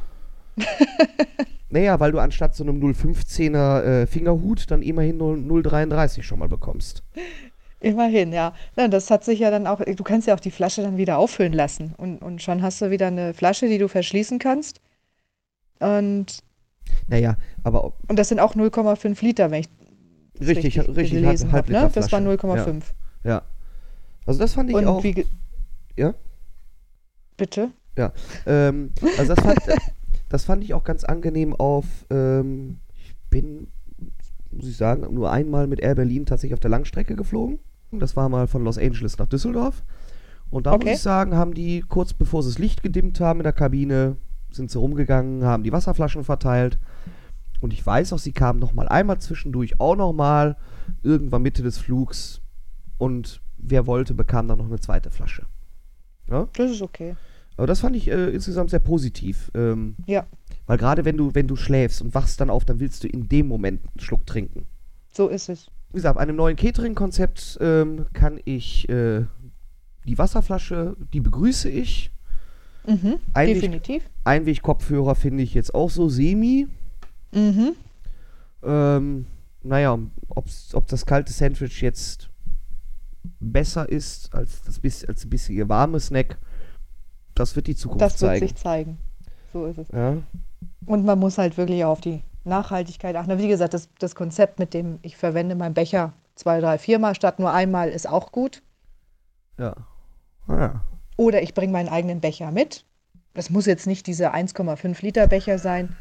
Naja, weil du anstatt so einem null Komma fünfzehner äh, Fingerhut dann immerhin null Komma dreiunddreißig schon mal bekommst. Immerhin, ja. Na, das hat sich ja dann auch, du kannst ja auch die Flasche dann wieder auffüllen lassen. Und, und schon hast du wieder eine Flasche, die du verschließen kannst. Und, Naja, aber ob- und das sind auch null Komma fünf Liter, wenn ich das richtig, richtig, richtig, gelesen halb, habe, ne? Halbliter Das war Flasche. null Komma Ja, fünf. ja. Also das fand ich Und auch, wie, ge- ja, bitte? ja. Ähm, also das fand, das fand ich auch ganz angenehm auf, ähm, ich bin, muss ich sagen, nur einmal mit Air Berlin tatsächlich auf der Langstrecke geflogen. Das war mal von Los Angeles nach Düsseldorf. Und da muss Okay. ich sagen, haben die kurz bevor sie das Licht gedimmt haben in der Kabine, sind sie rumgegangen, haben die Wasserflaschen verteilt. Und ich weiß auch, sie kamen noch mal einmal zwischendurch auch noch mal irgendwann Mitte des Flugs. Und wer wollte, bekam dann noch eine zweite Flasche. Ja? Das ist okay. Aber das fand ich äh, insgesamt sehr positiv. Ähm, Ja, weil gerade wenn du, wenn du schläfst und wachst dann auf, dann willst du in dem Moment einen Schluck trinken. so ist es. Wie gesagt, bei einem neuen Catering-Konzept ähm, kann ich äh, die Wasserflasche, die begrüße ich. Mhm, Einweg, definitiv. Einweg-Kopfhörer finde ich jetzt auch so semi. Mhm. Ähm, naja, ob's, ob das kalte Sandwich jetzt besser ist als das bis, als ein bisschen warme Snack, das wird die Zukunft Das wird zeigen. sich zeigen. So ist es. Ja, Und man muss halt wirklich auf die Nachhaltigkeit achten. Wie gesagt, das, das Konzept mit dem, ich verwende meinen Becher zwei, drei, viermal statt nur einmal, ist auch gut. ja. Ah, Oder ich bringe meinen eigenen Becher mit. Das muss jetzt nicht dieser eins Komma fünf Liter Becher sein.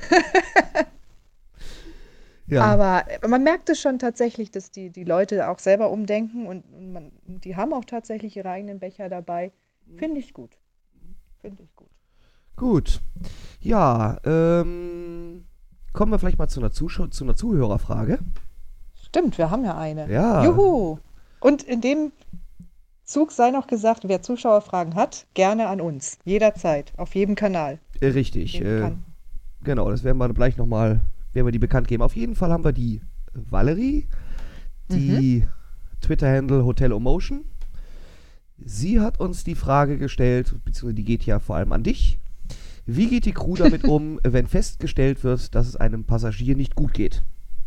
ja. Aber man merkt es schon tatsächlich, dass die, die Leute auch selber umdenken und, und man, die haben auch tatsächlich ihre eigenen Becher dabei. Finde ich gut. Finde ich gut. Gut. Ja, ähm, kommen wir vielleicht mal zu einer, Zuschau zu einer Zuhörerfrage. Stimmt, wir haben ja eine. Ja. Juhu! Und in dem Zug sei noch gesagt, wer Zuschauerfragen hat, gerne an uns. Jederzeit. Auf jedem Kanal. Äh, richtig. Jedem Äh, kann. genau, das werden wir gleich nochmal, werden wir die bekannt geben. Auf jeden Fall haben wir die Valerie, die Twitter-Handle Hotel Emotion. Sie hat uns die Frage gestellt, beziehungsweise die geht ja vor allem an dich. Wie geht die Crew damit um, wenn festgestellt wird, dass es einem Passagier nicht gut geht?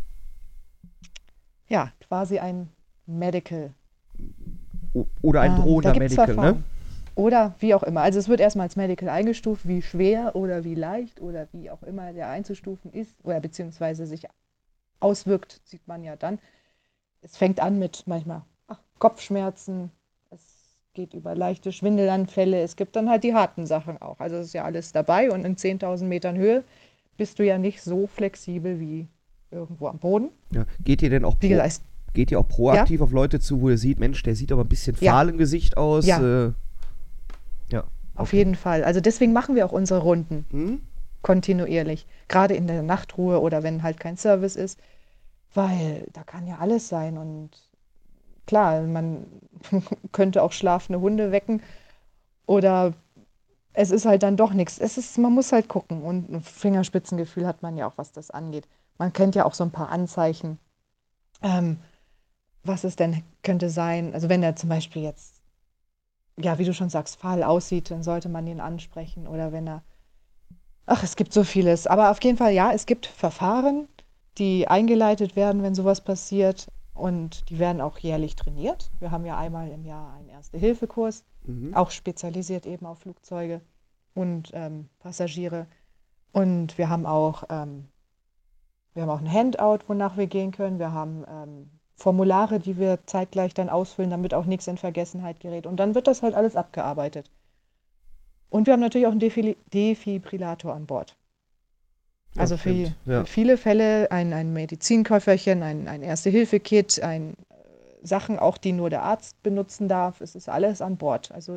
Ja, quasi ein Medical. O oder ein Ähm, da drohender gibt's Medical, ne? Verfahren. Oder wie auch immer. Also es wird erstmal als Medical eingestuft, wie schwer oder wie leicht oder wie auch immer der einzustufen ist oder beziehungsweise sich auswirkt, sieht man ja dann. Es fängt an mit manchmal ach, Kopfschmerzen, es geht über leichte Schwindelanfälle, es gibt dann halt die harten Sachen auch. Also es ist ja alles dabei und in zehntausend Metern Höhe bist du ja nicht so flexibel wie irgendwo am Boden. Ja. Geht ihr denn auch Wie pro gesagt, geht ihr auch proaktiv auf Leute zu, wo ihr seht, Mensch, der sieht aber ein bisschen Ja. fahl im Gesicht aus? Ja. Äh, ja. auf Okay. jeden Fall. Also deswegen machen wir auch unsere Runden Hm? kontinuierlich, gerade in der Nachtruhe oder wenn halt kein Service ist, weil da kann ja alles sein und klar, man könnte auch schlafende Hunde wecken oder es ist halt dann doch nichts. Es ist, man muss halt gucken und ein Fingerspitzengefühl hat man ja auch, was das angeht. Man kennt ja auch so ein paar Anzeichen, ähm, was es denn könnte sein. Also wenn er zum Beispiel jetzt, ja, wie du schon sagst, fahl aussieht, dann sollte man ihn ansprechen oder wenn er, ach, es gibt so vieles. Aber auf jeden Fall, ja, es gibt Verfahren, die eingeleitet werden, wenn sowas passiert und die werden auch jährlich trainiert. Wir haben ja einmal im Jahr einen Erste-Hilfe-Kurs, Mhm. auch spezialisiert eben auf Flugzeuge und ähm, Passagiere. Und wir haben auch, ähm, wir haben auch ein Handout, wonach wir gehen können. Wir haben ähm, Formulare, die wir zeitgleich dann ausfüllen, damit auch nichts in Vergessenheit gerät. Und dann wird das halt alles abgearbeitet. Und wir haben natürlich auch einen Defili- Defibrillator an Bord. Ja, Also für, stimmt. Ja. für viele Fälle ein, ein Medizinkäuferchen, ein, ein Erste-Hilfe-Kit, ein, äh, Sachen auch, die nur der Arzt benutzen darf. Es ist alles an Bord. Also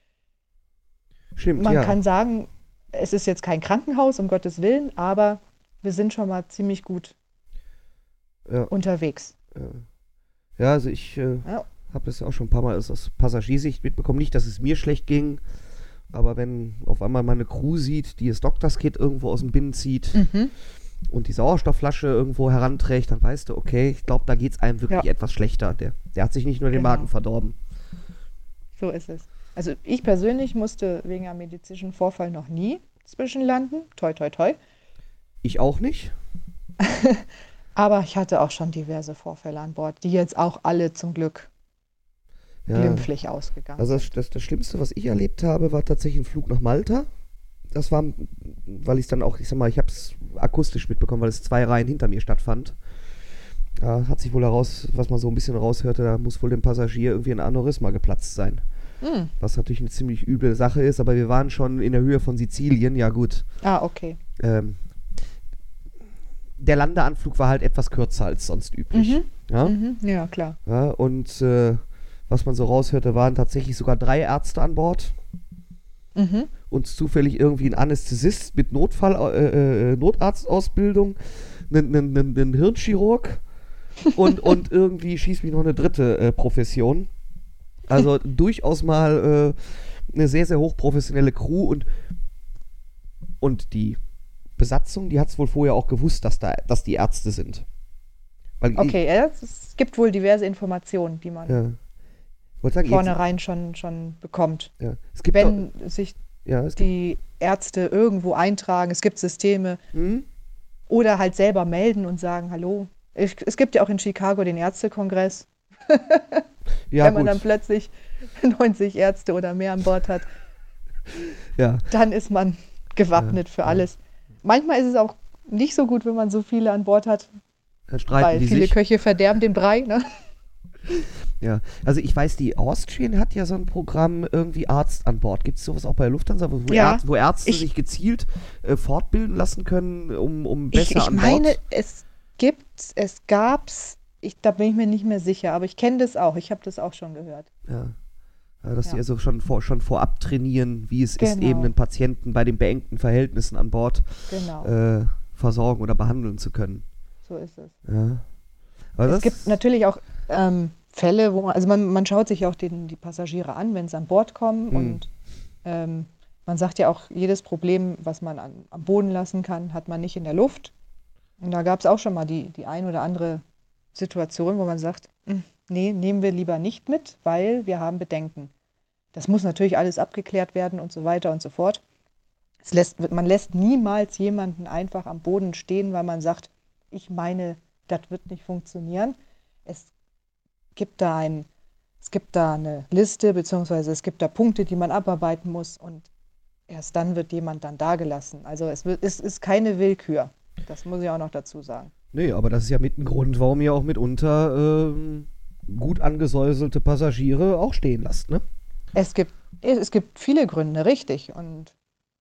Stimmt, man ja. kann sagen, es ist jetzt kein Krankenhaus, um Gottes Willen, aber wir sind schon mal ziemlich gut Ja, unterwegs. ja. Ja, also ich äh, Ja. habe das ja auch schon ein paar Mal aus, aus Passagiersicht mitbekommen. Nicht, dass es mir schlecht ging, aber wenn auf einmal mal eine Crew sieht, die das Doctors-Kit irgendwo aus dem Binnen zieht Mhm. und die Sauerstoffflasche irgendwo heranträgt, dann weißt du, okay, ich glaube, da geht es einem wirklich Ja, etwas schlechter. Der, der hat sich nicht nur den Magen genau. verdorben. So ist es. Also ich persönlich musste wegen einem medizinischen Vorfall noch nie zwischenlanden. Toi, toi, toi. Ich auch nicht. Aber ich hatte auch schon diverse Vorfälle an Bord, die jetzt auch alle zum Glück Ja, glimpflich ausgegangen also das, sind. das, das Schlimmste, was ich erlebt habe, war tatsächlich ein Flug nach Malta. Das war, weil ich es dann auch, ich sag mal, ich habe es akustisch mitbekommen, weil es zwei Reihen hinter mir stattfand. Ja, hat sich wohl heraus, was man so ein bisschen raushörte, da muss wohl dem Passagier irgendwie ein Aneurysma geplatzt sein. Hm. Was natürlich eine ziemlich üble Sache ist, aber wir waren schon in der Höhe von Sizilien, ja gut. Ah, okay. Ähm, der Landeanflug war halt etwas kürzer als sonst üblich. Mhm. Ja, Mhm. Ja, klar. ja und äh, was man so raushörte, waren tatsächlich sogar drei Ärzte an Bord. Mhm. Und zufällig irgendwie ein Anästhesist mit Notfall, äh, äh, Notarztausbildung, ein, ein, ein, ein Hirnchirurg und, und irgendwie schießt mich noch eine dritte äh, Profession. Also durchaus mal äh, eine sehr, sehr hochprofessionelle Crew und, und die Besatzung, die hat es wohl vorher auch gewusst, dass, da, dass die Ärzte sind. Weil ich, Okay, ja, es gibt wohl diverse Informationen, die man ja, wollte sagen, jetzt, vornherein schon, schon bekommt. ja, es gibt auch, Wenn sich ja, es gibt, die Ärzte irgendwo eintragen, es gibt Systeme hm? oder halt selber melden und sagen, hallo. Ich, es gibt ja auch in Chicago den Ärztekongress, Ja, wenn man dann gut, plötzlich neunzig Ärzte oder mehr an Bord hat, ja, dann ist man ja, gewappnet für ja. alles. Manchmal ist es auch nicht so gut, wenn man so viele an Bord hat, Dann streiten weil die viele sich. Köche verderben den Brei, ne? Ja, also ich weiß, die Austrian hat ja so ein Programm, irgendwie Arzt an Bord. Gibt es sowas auch bei der Lufthansa, wo, wo, Ja, Ärz, wo Ärzte ich, sich gezielt äh, fortbilden lassen können, um, um ich, besser ich an meine, Bord? es gibt, es gab's, ich, da bin ich mir nicht mehr sicher, aber ich kenne das auch, ich habe das auch schon gehört. Ja, ja, dass die Ja, also schon, vor, schon vorab trainieren, wie es ist, eben genau, einen Patienten bei den beengten Verhältnissen an Bord genau, äh, versorgen oder behandeln zu können. so ist es. Ja, aber Es gibt das. natürlich auch ähm, Fälle, wo man, also man, man schaut sich auch den, die Passagiere an, wenn sie an Bord kommen Hm, und ähm, man sagt ja auch, jedes Problem, was man an, am Boden lassen kann, hat man nicht in der Luft. Und da gab es auch schon mal die, die ein oder andere Situation, wo man sagt, "Hm, nee, nehmen wir lieber nicht mit, weil wir haben Bedenken. Das muss natürlich alles abgeklärt werden und so weiter und so fort. Es lässt, man lässt niemals jemanden einfach am Boden stehen, weil man sagt, ich meine, das wird nicht funktionieren. Es gibt da ein, es gibt da eine Liste, beziehungsweise es gibt da Punkte, die man abarbeiten muss und erst dann wird jemand dann dagelassen. Also es wird, es ist keine Willkür. Das muss ich auch noch dazu sagen. Nee, aber das ist ja mit ein Grund, warum ihr auch mitunter ähm, gut angesäuselte Passagiere auch stehen lasst, ne? Es gibt, es gibt viele Gründe, richtig. Und,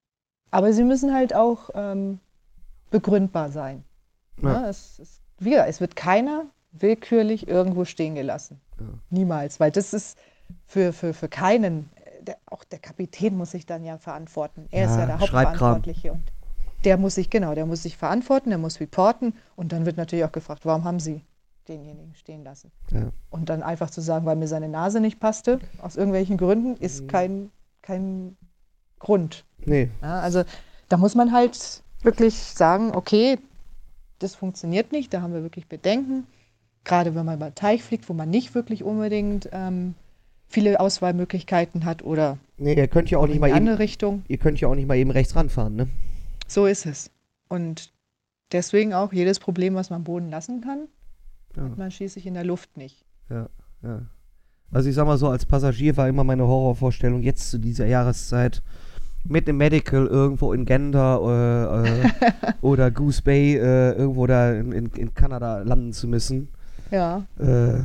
aber sie müssen halt auch ähm, begründbar sein. Ja, Ne? Es, es, wie gesagt, es wird keiner willkürlich irgendwo stehen gelassen. ja. Niemals, weil das ist für, für, für keinen, der, auch der Kapitän muss sich dann ja verantworten. Er ist ja Ja, der Schreibkram. Hauptverantwortliche und der muss sich, genau, der muss sich verantworten, der muss reporten und dann wird natürlich auch gefragt, warum haben Sie denjenigen stehen lassen? Ja. Und dann einfach zu sagen, weil mir seine Nase nicht passte, aus irgendwelchen Gründen, ist kein, kein Grund. Nee, Ja, also da muss man halt wirklich sagen, okay, das funktioniert nicht, da haben wir wirklich Bedenken. Gerade wenn man über den Teich fliegt, wo man nicht wirklich unbedingt ähm, viele Auswahlmöglichkeiten hat oder nee, ihr könnt ja auch auch nicht in mal die eben, andere Richtung. ihr könnt ja auch nicht mal eben rechts ranfahren, ne? So ist es. Und deswegen auch jedes Problem, was man am Boden lassen kann, Ja, hat man schließlich in der Luft nicht. ja, ja. Also ich sag mal so, als Passagier war immer meine Horrorvorstellung, jetzt zu dieser Jahreszeit mit dem Medical irgendwo in Gander äh, äh, oder Goose Bay äh, irgendwo da in, in, in Kanada landen zu müssen. Ja, Äh,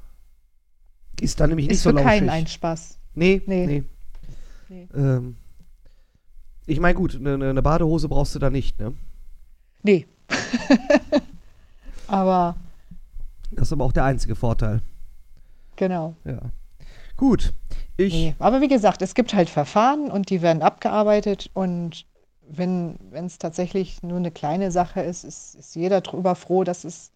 ist dann nämlich nicht ist so für keinen ein lauschig. Spaß. Nee, Nee, nee. nee. Ähm, ich meine, gut, eine ne, ne Badehose brauchst du da nicht, ne? Nee. Aber Das ist aber auch der einzige Vorteil. genau. Ja. Gut. Ich. Nee. Aber wie gesagt, es gibt halt Verfahren und die werden abgearbeitet und wenn es tatsächlich nur eine kleine Sache ist, ist, ist jeder drüber froh, dass es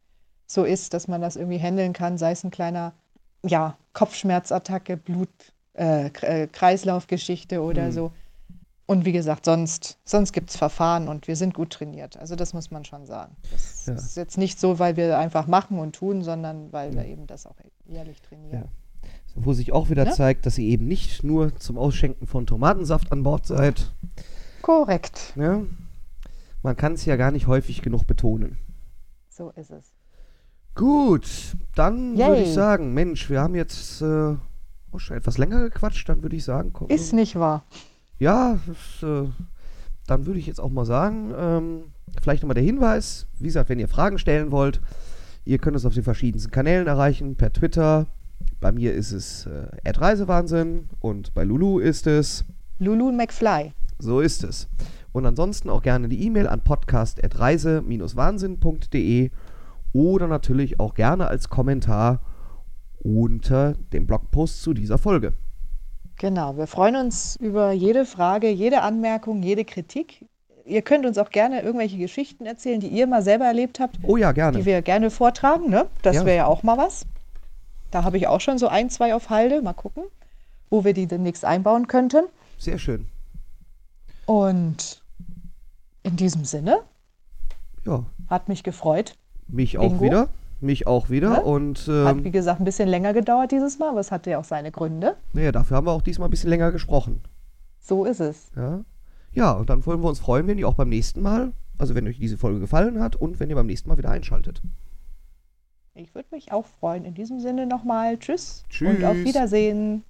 so ist, dass man das irgendwie handeln kann, sei es ein kleiner, ja, Kopfschmerzattacke, Blut, äh, K- äh, Kreislaufgeschichte oder Hm. so. Und wie gesagt, sonst, sonst gibt es Verfahren und wir sind gut trainiert. Also das muss man schon sagen. Das Ja. ist jetzt nicht so, weil wir einfach machen und tun, sondern weil wir Ja. eben das auch jährlich Ja. trainieren. Wo sich auch wieder Ne? zeigt, dass ihr eben nicht nur zum Ausschenken von Tomatensaft an Bord seid. Korrekt, Ne? Man kann es ja gar nicht häufig genug betonen. so ist es. Gut, dann würde ich Yay. sagen, Mensch, wir haben jetzt äh, oh, schon etwas länger gequatscht, dann würde ich sagen, komm, Ist nicht wahr. ja, das, äh, dann würde ich jetzt auch mal sagen, ähm, vielleicht nochmal der Hinweis, wie gesagt, wenn ihr Fragen stellen wollt, ihr könnt es auf den verschiedensten Kanälen erreichen, per Twitter, bei mir ist es äh, at Reisewahnsinn und bei Lulu ist es, Lulu McFly. so ist es. Und ansonsten auch gerne die E-Mail an podcast at reise Bindestrich wahnsinn punkt de oder natürlich auch gerne als Kommentar unter dem Blogpost zu dieser Folge. Genau, wir freuen uns über jede Frage, jede Anmerkung, jede Kritik. Ihr könnt uns auch gerne irgendwelche Geschichten erzählen, die ihr mal selber erlebt habt, Oh ja, gerne. die wir gerne vortragen. Ne? Das Ja. wäre ja auch mal was. Da habe ich auch schon so ein, zwei auf Halde. Mal gucken, wo wir die demnächst einbauen könnten. Sehr schön. Und in diesem Sinne, Ja, hat mich gefreut. mich auch Bingo. wieder. Mich auch wieder. Ne? Und Hat, wie ähm, gesagt, ein bisschen länger gedauert dieses Mal, aber es hatte ja auch seine Gründe. naja, dafür haben wir auch diesmal ein bisschen länger gesprochen. So ist es. Ja. Ja, und dann wollen wir uns freuen, wenn ihr auch beim nächsten Mal, also wenn euch diese Folge gefallen hat und wenn ihr beim nächsten Mal wieder einschaltet. Ich würde mich auch freuen. In diesem Sinne nochmal Tschüss Tschüss. und auf Wiedersehen.